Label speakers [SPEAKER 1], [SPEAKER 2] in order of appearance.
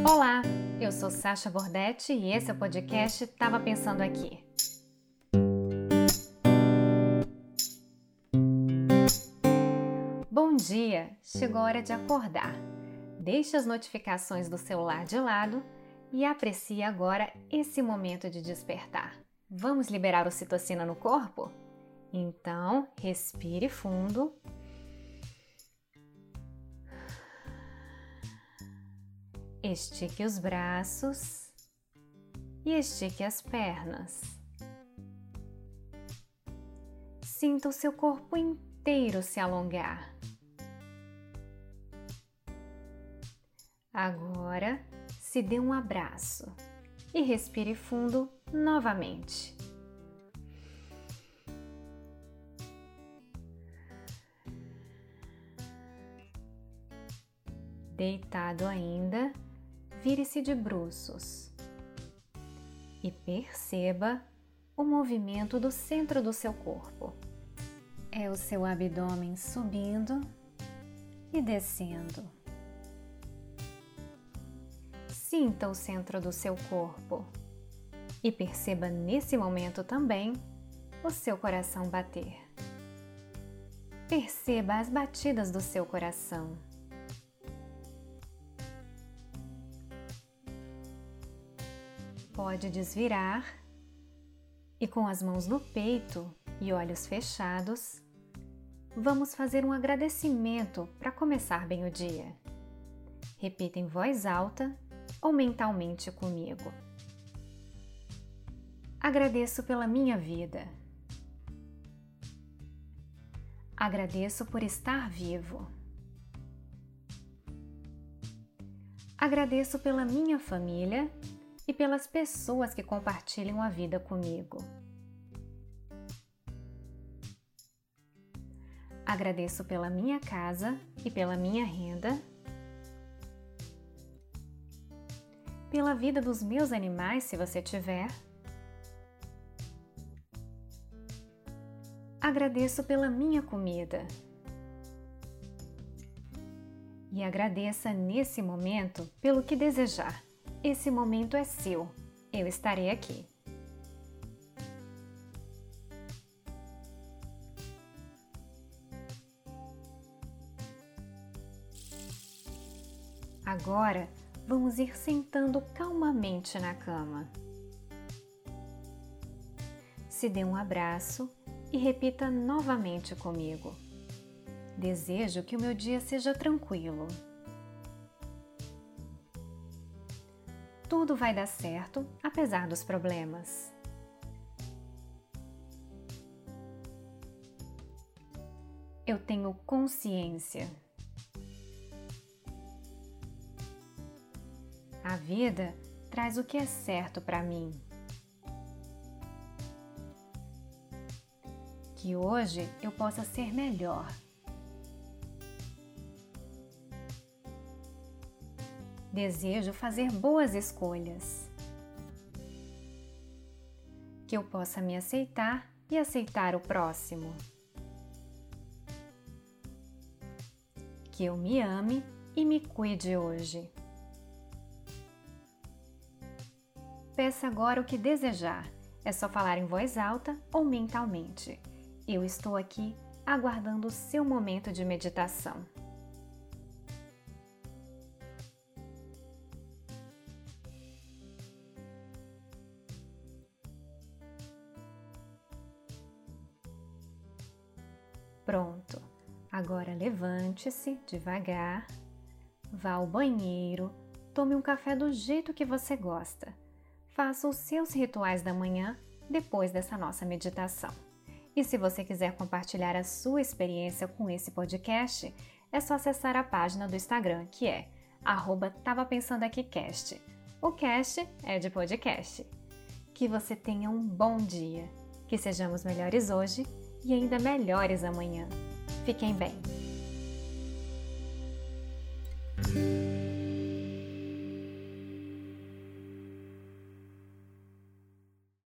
[SPEAKER 1] Olá, eu sou Sasha Bordetti e esse é o podcast Tava Pensando Aqui. Bom dia! Chegou a hora de acordar. Deixe as notificações do celular de lado e aprecie agora esse momento de despertar. Vamos liberar ocitocina no corpo? Então, respire fundo. Estique os braços e estique as pernas. Sinta o seu corpo inteiro se alongar. Agora, se dê um abraço e respire fundo novamente. Deitado ainda, vire-se de bruços e perceba o movimento do centro do seu corpo. É o seu abdômen subindo e descendo. Sinta o centro do seu corpo e perceba nesse momento também o seu coração bater. Perceba as batidas do seu coração. Pode desvirar e com as mãos no peito e olhos fechados, vamos fazer um agradecimento para começar bem o dia. Repita em voz alta ou mentalmente comigo. Agradeço pela minha vida. Agradeço por estar vivo. Agradeço pela minha família e pelas pessoas que compartilham a vida comigo. Agradeço pela minha casa e pela minha renda, pela vida dos meus animais, se você tiver. Agradeço pela minha comida. E agradeça nesse momento pelo que desejar. Esse momento é seu. Eu estarei aqui. Agora, vamos ir sentando calmamente na cama. Se dê um abraço e repita novamente comigo. Desejo que o meu dia seja tranquilo. Tudo vai dar certo, apesar dos problemas. Eu tenho consciência. A vida traz o que é certo para mim. Que hoje eu possa ser melhor. Desejo fazer boas escolhas. Que eu possa me aceitar e aceitar o próximo. Que eu me ame e me cuide hoje. Peça agora o que desejar. É só falar em voz alta ou mentalmente. Eu estou aqui aguardando o seu momento de meditação. Pronto, agora levante-se devagar, vá ao banheiro, tome um café do jeito que você gosta. Faça os seus rituais da manhã depois dessa nossa meditação. E se você quiser compartilhar a sua experiência com esse podcast, é só acessar a página do Instagram, que é @tavapensandoaquicast. O cast é de podcast. Que você tenha um bom dia, que sejamos melhores hoje e ainda melhores amanhã. Fiquem bem!